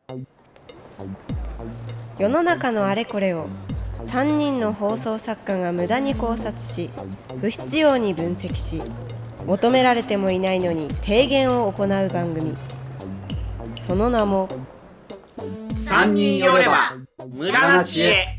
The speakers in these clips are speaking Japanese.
世の中のあれこれを3人の放送作家が無駄に考察し、不必要に分析し、求められてもいないのに提言を行う番組。その名も 3人よれば無駄な知恵。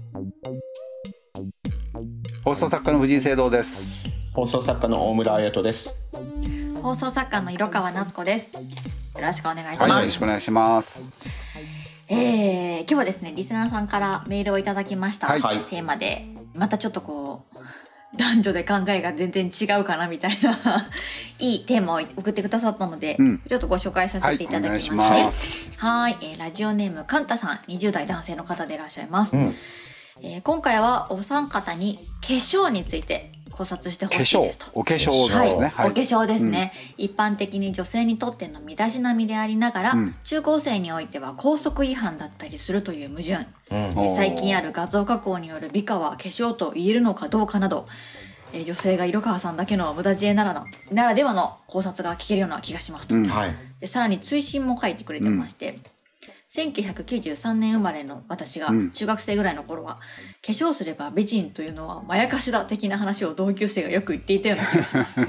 放送作家の藤井聖堂です。 放送作家の大村彩人です。 放送作家の色川夏子です。よろしくお願いします。 はい、よろしくお願いします。 今日はですね、リスナーさんからメールをいただきました、 はい、 テーマで、またちょっとこう男女で考えが全然違うかなみたいないいテーマを送ってくださったので、ちょっとご紹介させていただきますね。はい、ラジオネームカンタさん、20代男性の方でいらっしゃいます。今回はお三方に化粧について考察してほしいですと。 お化粧ですね。 はい、お化粧ですね、一般的に女性にとっての身だしなみでありながら、中高生においては校則違反だったりするという矛盾、最近ある画像加工による美化は化粧と言えるのかどうかなど、女性が色川さんだけの無駄知恵ならではの考察が聞けるような気がしますと。でさらに追伸も書いてくれてまして、1993年生まれの私が中学生ぐらいの頃は、化粧すれば美人というのはまやかしだ的な話を同級生がよく言っていたような気がします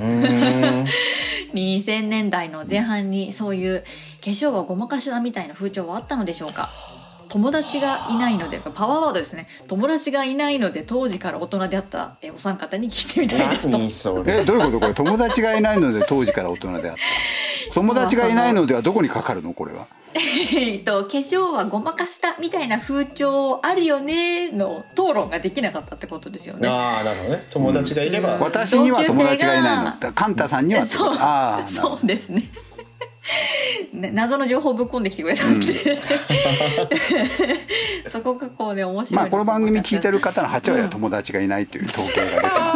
2000年代の前半にそういう化粧はごまかしだみたいな風潮はあったのでしょうか。友達がいないので、パワーワードですね。友達がいないので当時から大人であったお三方に聞いてみたいですと。 何それ。 どういうことこれ。友達がいないので当時から大人であった。友達がいないのではどこにかかるのこれは。 化粧はごまかしたみたいな風潮あるよねの討論ができなかったってことですよね。 ああ、なるほどね。友達がいれば、 私には友達がいないの。カンタさんにはそうですね謎の情報ぶっ込んできてくれたんで、そこがこうね面白い。 この番組聞いてる方の8割は友達がいないという統計が出てます、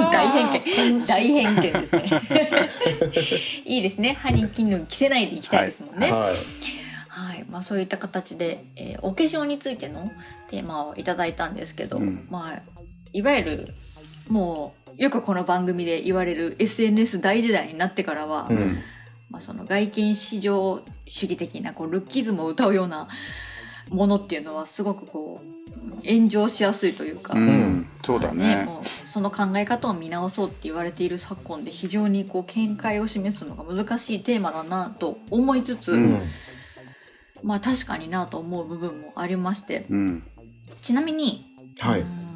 大偏見ですねいいですね。歯に衣着せないでいきたいですもんね。はい、そういった形で、お化粧についてのテーマをいただいたんですけど、いわゆるもうよくこの番組で言われる SNS 大時代になってからは、その外見至上主義的なルッキズムを歌うようなものっていうのはすごく炎上しやすいというか、 そうだね。 もうその考え方を見直そうって言われている昨今で非常に見解を示すのが難しいテーマだなと思いつつ、確かになと思う部分もありまして、ちなみに、化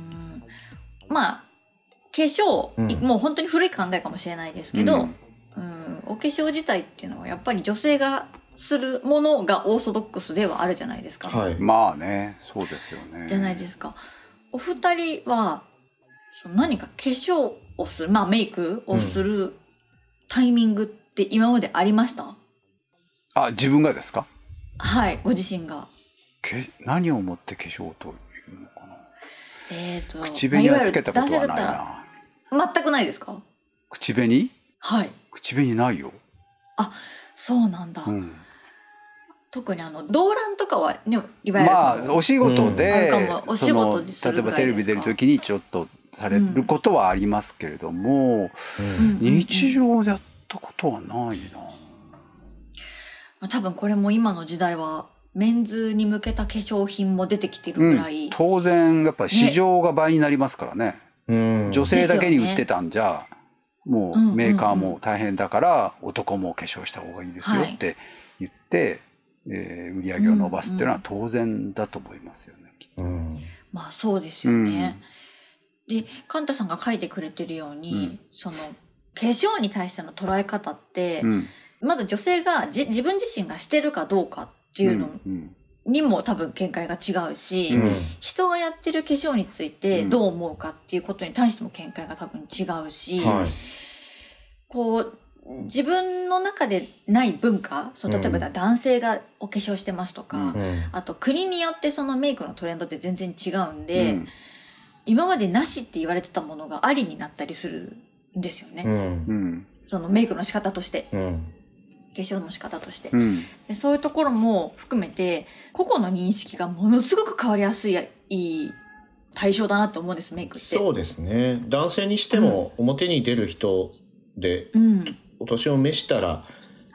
粧、もう本当に古い考えかもしれないですけど、お化粧自体っていうのはやっぱり女性がするものがオーソドックスではあるじゃないですか。 まあね、そうですよね。 じゃないですか。お二人は何か化粧をする、メイクをするタイミングって今までありました？ 自分がですか？ はい、ご自身が。 何をもって化粧というのかな。口紅はつけたことはないな。 全くないですか？ 口紅？ はい。 口紅ないよ。 そうなんだ。特に動乱とかはね、いわゆるお仕事で、 お仕事でするぐらいですか。 例えばテレビ出る時にちょっとされることはありますけれども、日常でやったことはないな。 多分これも今の時代はメンズに向けた化粧品も出てきてるぐらい、 当然やっぱ市場が倍になりますからね。女性だけに売ってたんじゃ、もうメーカーも大変だから男も化粧した方がいいですよって言って、売り上げを伸ばすっていうのは当然だと思いますよね、きっと。 そうですよね。で、カンタさんが書いてくれてるように、その化粧に対しての捉え方って、まず女性が自分自身がしてるかどうかっていうのにも多分見解が違うし、人がやってる化粧についてどう思うかっていうことに対しても見解が多分違うし、自分の中でない文化、例えば男性がお化粧してますとか、あと国によってそのメイクのトレンドって全然違うんで、今までなしって言われてたものがありになったりするんですよね。そのメイクの仕方として。化粧の仕方として、でそういうところも含めて個々の認識がものすごく変わりやすい対象だなと思うんです、メイクって。 そうですね。男性にしても表に出る人で、お年を召したら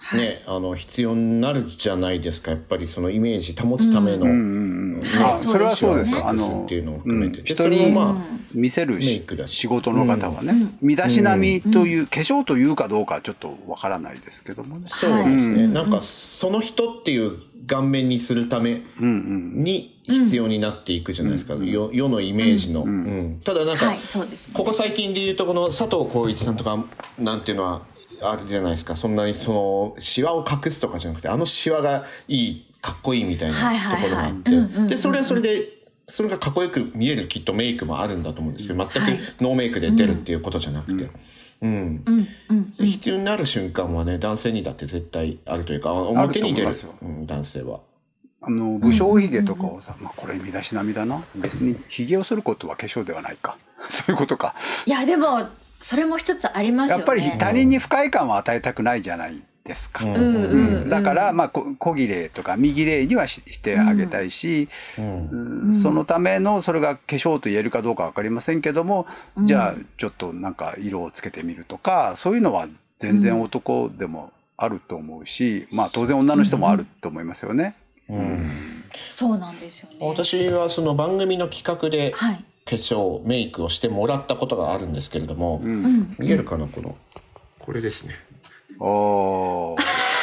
ね、必要になるじゃないですか。やっぱりそのイメージ保つための、 それはそうですか。 っていうのを含めて、 人に見せる仕事の方はね、身だしなみという化粧というかどうかはちょっとわからないですけどもね。 そうですね。なんかその人っていう顔面にするために必要になっていくじゃないですか。世のイメージの。ただなんかここ最近で言うとこの佐藤浩市さんとかなんていうのはあるじゃないですか。そんなにそのシワを隠すとかじゃなくて、シワがいい、かっこいいみたいなところがあって、でそれはそれでそれがかっこよく見えるきっとメイクもあるんだと思うんですけど、全くノーメイクで出るっていうことじゃなくて、必要になる瞬間はね、男性にだって絶対あるというか、表に出る、男性は。 武将髭とかをさ、これ身だしなみだな。別に髭を剃ることは化粧ではないか。そういうことか。 いやでもそれも一つありますよね。 やっぱり他人に不快感を与えたくないじゃないですか。だから小切れとか身切れにはしてあげたいし、そのためのそれが化粧と言えるかどうか分かりませんけども、じゃあちょっとなんか色をつけてみるとか、そういうのは全然男でもあると思うし、当然女の人もあると思いますよね。 そうなんですよね。 私はその番組の企画で、化粧メイクをしてもらったことがあるんですけれども、見えるかな、これですね。こ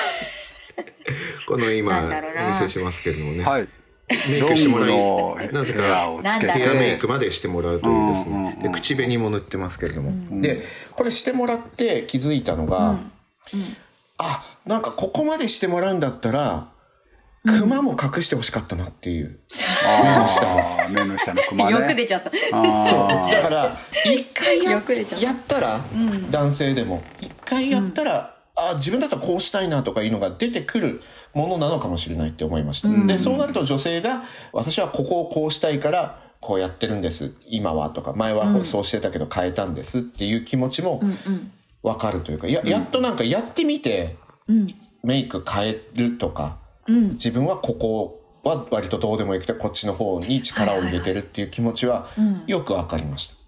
の今お見せしますけれどもね、メイクしてもらい、なぜかヘアメイクまでしてもらうというですね、で口紅も塗ってますけれども、でこれしてもらって気づいたのが、なんかここまでしてもらうんだったらクマも隠してほしかったなっていう。 目の下のクマね。 よく出ちゃった。 そうだから一回やったら、男性でも一回やったら、自分だったらこうしたいなとかいうのが出てくるものなのかもしれないって思いました。でそうなると女性が私はここをこうしたいからこうやってるんです今はとか、前はそうしてたけど変えたんですっていう気持ちも分かるというか、やっとなんかやってみて、メイク変えるとか、自分はここは割とどうでもよくてこっちの方に力を入れてるっていう気持ちはよく分かりました。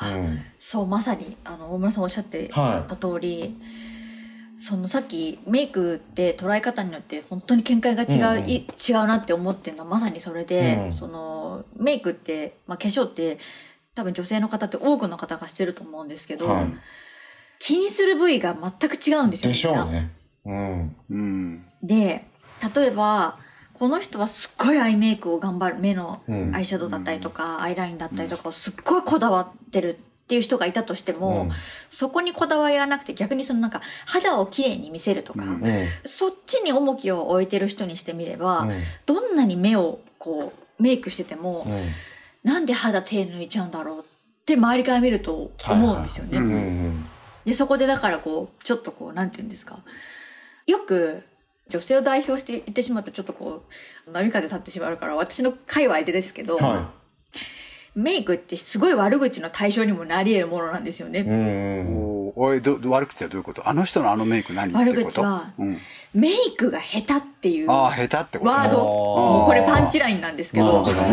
そう、まさに大村さんおっしゃってた通り、そのさっきメイクって捉え方によって本当に見解が違うなって思ってるのはまさにそれで、そのメイクって、化粧って多分女性の方って多くの方がしてると思うんですけど、気にする部位が全く違うんですよね。 でしょうね。 で例えばこの人はすっごいアイメイクを頑張る、目のアイシャドウだったりとか、アイラインだったりとかをすっごいこだわってるっていう人がいたとしても、そこにこだわりがなくて逆にそのなんか肌をきれいに見せるとか、そっちに重きを置いてる人にしてみれば、どんなに目をこうメイクしてても、なんで肌手抜いちゃうんだろうって周りから見ると思うんですよね。でそこでだからこうちょっとこうなんていうんですか、よく女性を代表して言ってしまうとちょっとこう波風立ってしまうから私の界隈でですけど、メイクってすごい悪口の対象にもなり得るものなんですよね。 悪口はどういうこと？あの人のメイク何ってこと？ 悪口は、メイクが下手っていう下手ってこと？ ワード、もうこれパンチラインなんですけど、 そ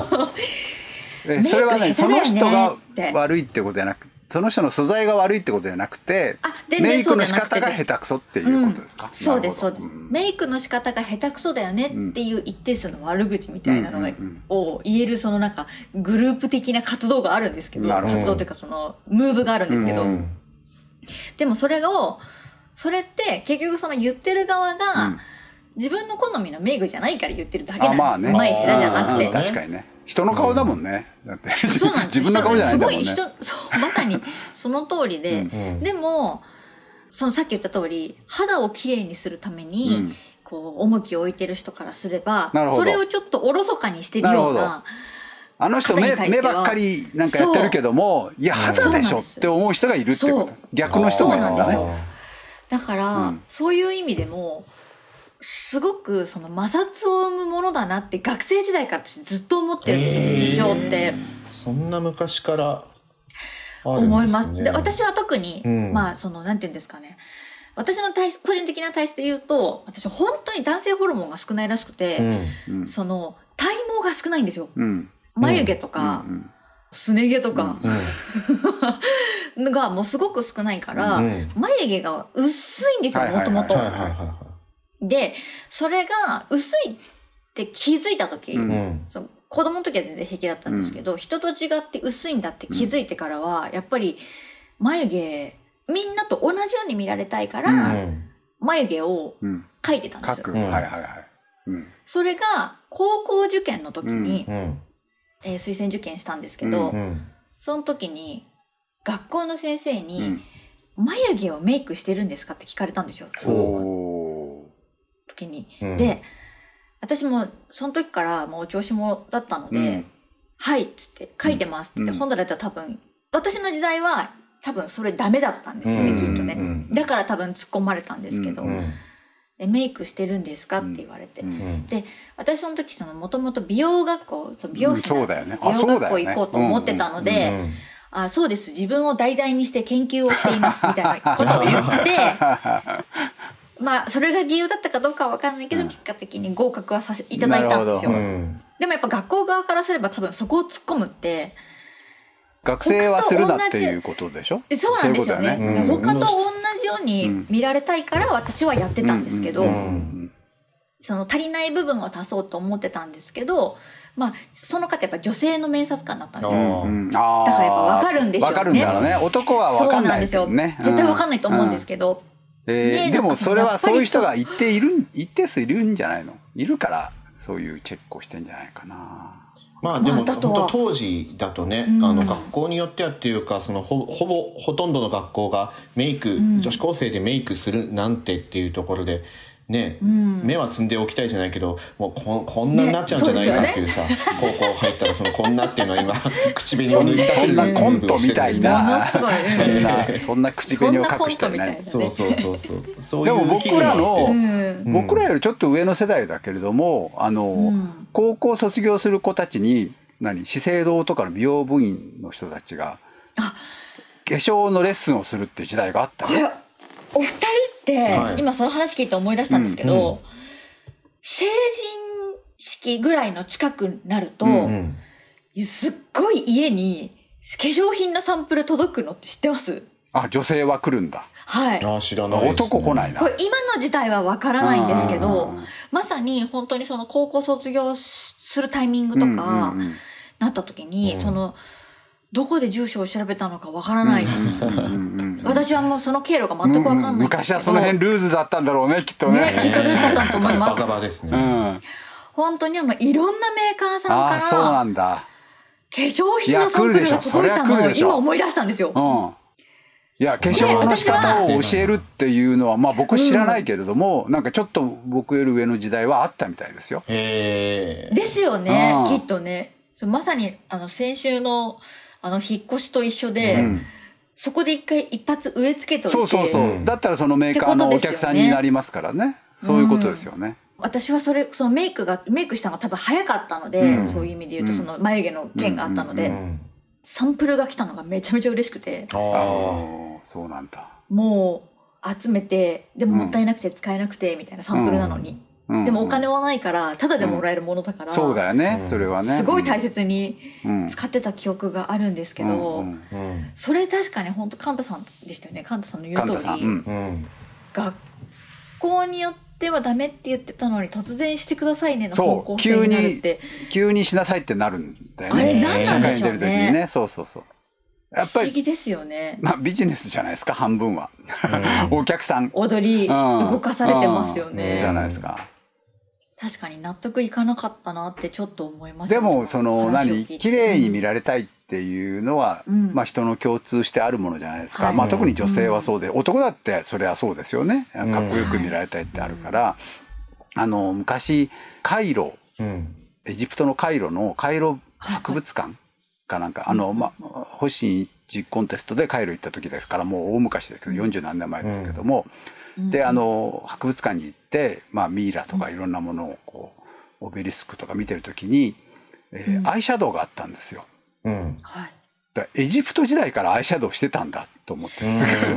れはね、その人が悪いってことじゃなくて、その人の素材が悪いってことじゃなくて、メイクの仕方が下手くそっていうことですか？ そうですそうです。メイクの仕方が下手くそだよねっていう一定数の悪口みたいなのを言える、そのなんかグループ的な活動があるんですけど、活動というかそのムーブがあるんですけど、でもそれって結局その言ってる側が自分の好みのメイクじゃないから言ってるだけなんですよ。うまい下手じゃなくて。 確かにね。人の顔だもんね。だって自分の顔じゃないんだもんね。すごいまさにその通りで、でもそのさっき言った通り肌をきれいにするためにこう重きを置いてる人からすれば、それをちょっとおろそかにしてるような。 あの人目ばっかりなんかやってるけども、いや肌でしょって思う人がいるってこと。逆の人もいるんだね。 だからそういう意味でも。すごくその摩擦を生むものだなって学生時代から私ずっと思ってるんですよ、化粧って。 そんな昔からあるんですね。 思います。で、私は特に、そのなんていうんですかね、私の個人的な体質で言うと、私本当に男性ホルモンが少ないらしくて、その体毛が少ないんですよ。眉毛とか、 すね毛とか、がもうすごく少ないから、眉毛が薄いんですよ、もともと。で、それが薄いって気づいたとき、子供の時は全然平気だったんですけど、人と違って薄いんだって気づいてからは、やっぱり眉毛、みんなと同じように見られたいから、眉毛を描いてたんですよ。それが高校受験の時に、推薦受験したんですけど、その時に学校の先生に、眉毛をメイクしてるんですかって聞かれたんですよ。時に。で、私もその時からもうお調子者だったので、はいっつって書いてますって言って、本来だったら多分、私の時代は多分それダメだったんですよね、きっとね。だから多分突っ込まれたんですけど、でメイクしてるんですかって言われて。で、私その時もともと美容学校、美容師の美容学校行こうと思ってたので、あ、そうです、自分を題材にして研究をしていますみたいなことを言って、まあそれが理由だったかどうかは分かんないけど、結果的に合格はさせていただいたんですよ。でもやっぱ学校側からすれば多分そこを突っ込むって学生はするなっていうことでしょ。 そうなんですよね。他と同じように見られたいから私はやってたんですけど、その足りない部分を足そうと思ってたんですけど、まあその方やっぱ女性の面接官だったんですよ。だからやっぱ分かるんでしょうね。 分かるんだろうね。男は分かんないですよね。 絶対分かんないと思うんですけど。 でもそれはそういう人が一定数いるんじゃないの。いるからそういうチェックをしてんじゃないかな。 まあでも本当当時だとね、学校によってはっていうか、ほとんどの学校がメイク、女子高生でメイクするなんてっていうところでね、目は摘んでおきたいじゃないけど、もうこんなになっちゃうんじゃないかっていうさ、高校入ったらこんなっていうのは今口紅を塗りたくるそんなコントみたいな、そんな口紅を隠してない。 そうでも僕らよりちょっと上の世代だけれども、高校卒業する子たちに資生堂とかの美容部員の人たちが化粧のレッスンをするっていう時代があったよ。 お二人って今その話聞いて思い出したんですけど、成人式ぐらいの近くになると、すっごい家に化粧品のサンプル届くのって知ってます？ あ、女性は来るんだ。 はい。 知らないですね。 男来ないな。 これ今の時代はわからないんですけど、まさに本当にその高校卒業するタイミングとかなった時に、どこで住所を調べたのかわからない。私はもうその経路が全くわかんない。 昔はその辺ルーズだったんだろうね、きっとね。 きっとルーズだったと思います。 バカバですね。 本当にいろんなメーカーさんから、 そうなんだ。 化粧品のサンプルが届いたのを今思い出したんですよ。 いや、化粧の仕方を教えるっていうのは、まあ僕知らないけれども、なんかちょっと僕より上の時代はあったみたいですよ。 ですよね、きっとね。まさに先週の引っ越しと一緒で、そこで一発植え付けといて。 そう。だったらそのメーカーのお客さんになりますからね。そういうことですよね。 私はそのメイクしたのが多分早かったので、そういう意味で言うとその眉毛の件があったので、サンプルが来たのがめちゃめちゃ嬉しくて。 そうなんだ。 もう集めて、でももったいなくて使えなくてみたいなサンプルなのに。でもお金はないからタダでもらえるものだから、 そうだよね、それはねすごい大切に使ってた記憶があるんですけど、それ確かに本当カンタさんでしたよね。カンタさんの言う通り、学校によってはダメって言ってたのに突然してくださいねの方向性になるって急にしなさいってなるんだよね。 あれ何なんでしょうね。 社会に出る時にね。そうやっぱり不思議ですよね。 まあビジネスじゃないですか、半分は。お客さん踊り動かされてますよね。 じゃないですか。 確かに納得いかなかったなってちょっと思います。 でも綺麗に見られたいっていうのは、まあ人の共通してあるものじゃないですか。まあ特に女性はそうで、男だってそれはそうですよね。かっこよく見られたいってあるから、昔カイロ、エジプトのカイロのカイロ博物館かなんか、星新一コンテストでカイロ行った時ですから、もう大昔ですけど、40何年前ですけども、で博物館に行って、まあ、ミイラとかいろんなものをこうオベリスクとか見てる時に、アイシャドウがあったんですよ。だエジプト時代からアイシャドウしてたんだと思って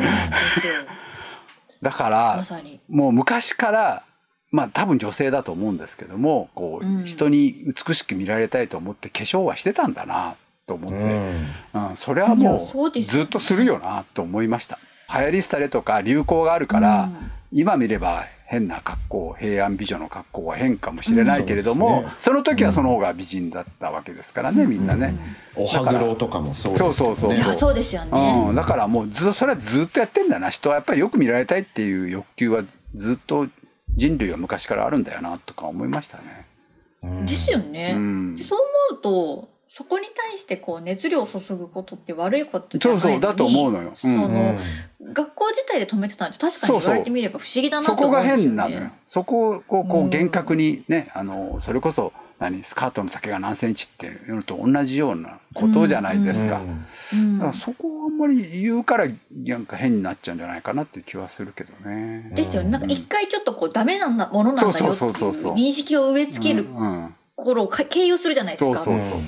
だからもう昔から、まあ多分女性だと思うんですけども、こう人に美しく見られたいと思って化粧はしてたんだなと思って、それはもうずっとするよなと思いました。流行り廃れとか流行があるから、今見れば変な格好、平安美女の格好は変かもしれないけれども、その時はその方が美人だったわけですからね、みんなね。 お歯黒とかもそうですよね。そうですよね。 だからもうそれはずっとやってんだな。人はやっぱりよく見られたいっていう欲求はずっと人類は昔からあるんだよなとか思いましたね。 ですよね。そう思うとそこに対してこう熱量を注ぐことって悪いことじゃないのに、 そうだと思うのよ。 学校自体で止めてたんで確かに言われてみれば不思議だなと思うんですよね。 そこが変なのよ。そこをこう厳格にね、それこそスカートの丈が何センチっていうのと同じようなことじゃないですか。だからそこをあんまり言うからなんか変になっちゃうんじゃないかなっていう気はするけどね。 ですよね。なんか一回ちょっとこうダメなものなんだよっていう認識を植え付ける頃を経由するじゃないですか。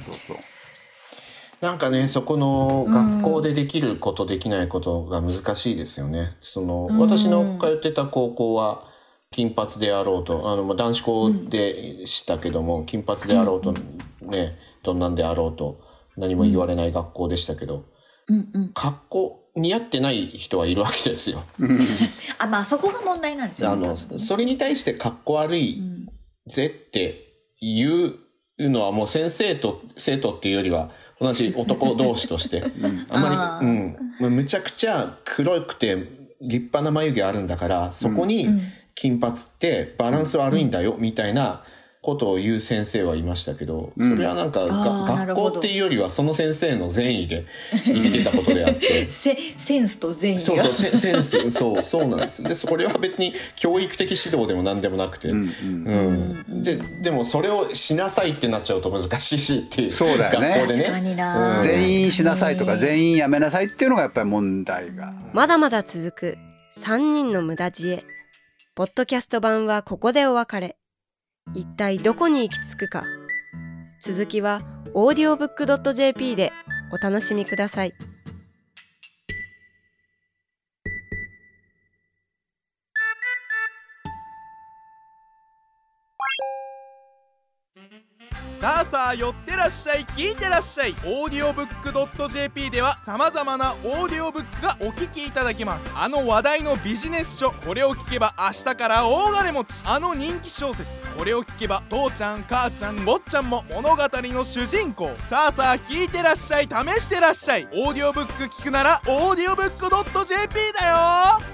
なんかね、そこの学校でできることできないことが難しいですよね。私の通ってた高校は金髪であろうと、男子校でしたけども、金髪であろうとね、どんなんであろうと何も言われない学校でしたけど、格好似合ってない人はいるわけですよ。 まあそこが問題なんですよね。 それに対して格好悪いぜっていうのはもう先生と生徒っていうよりは同じ男同士としてあんまり、むちゃくちゃ黒くて立派な眉毛あるんだからそこに金髪ってバランス悪いんだよみたいなことを言う先生はいましたけど、それはなんか学校っていうよりはその先生の善意で言ってたことであってセンスと善意がセンスそうなんです。でそれは別に教育的指導でも何でもなくて、でもそれをしなさいってなっちゃうと難しいしっていう。 そうだよね。 学校でね、 全員しなさいとか全員やめなさいっていうのがやっぱり問題が。 まだまだ続く3人の無駄知恵。ポッドキャスト版はここでお別れ。一体どこに行き着くか。続きは audiobook.jp でお楽しみください。 さあさあ寄ってらっしゃい、聞いてらっしゃい。audiobook.jp では様々なオーディオブックがお聞きいただけます。話題のビジネス書、これを聞けば明日から大金持ち。人気小説、これを聞けば父ちゃん母ちゃん坊ちゃんも物語の主人公。さあさあ聞いてらっしゃい、試してらっしゃい。オーディオブック聞くなら audiobook.jp だよ。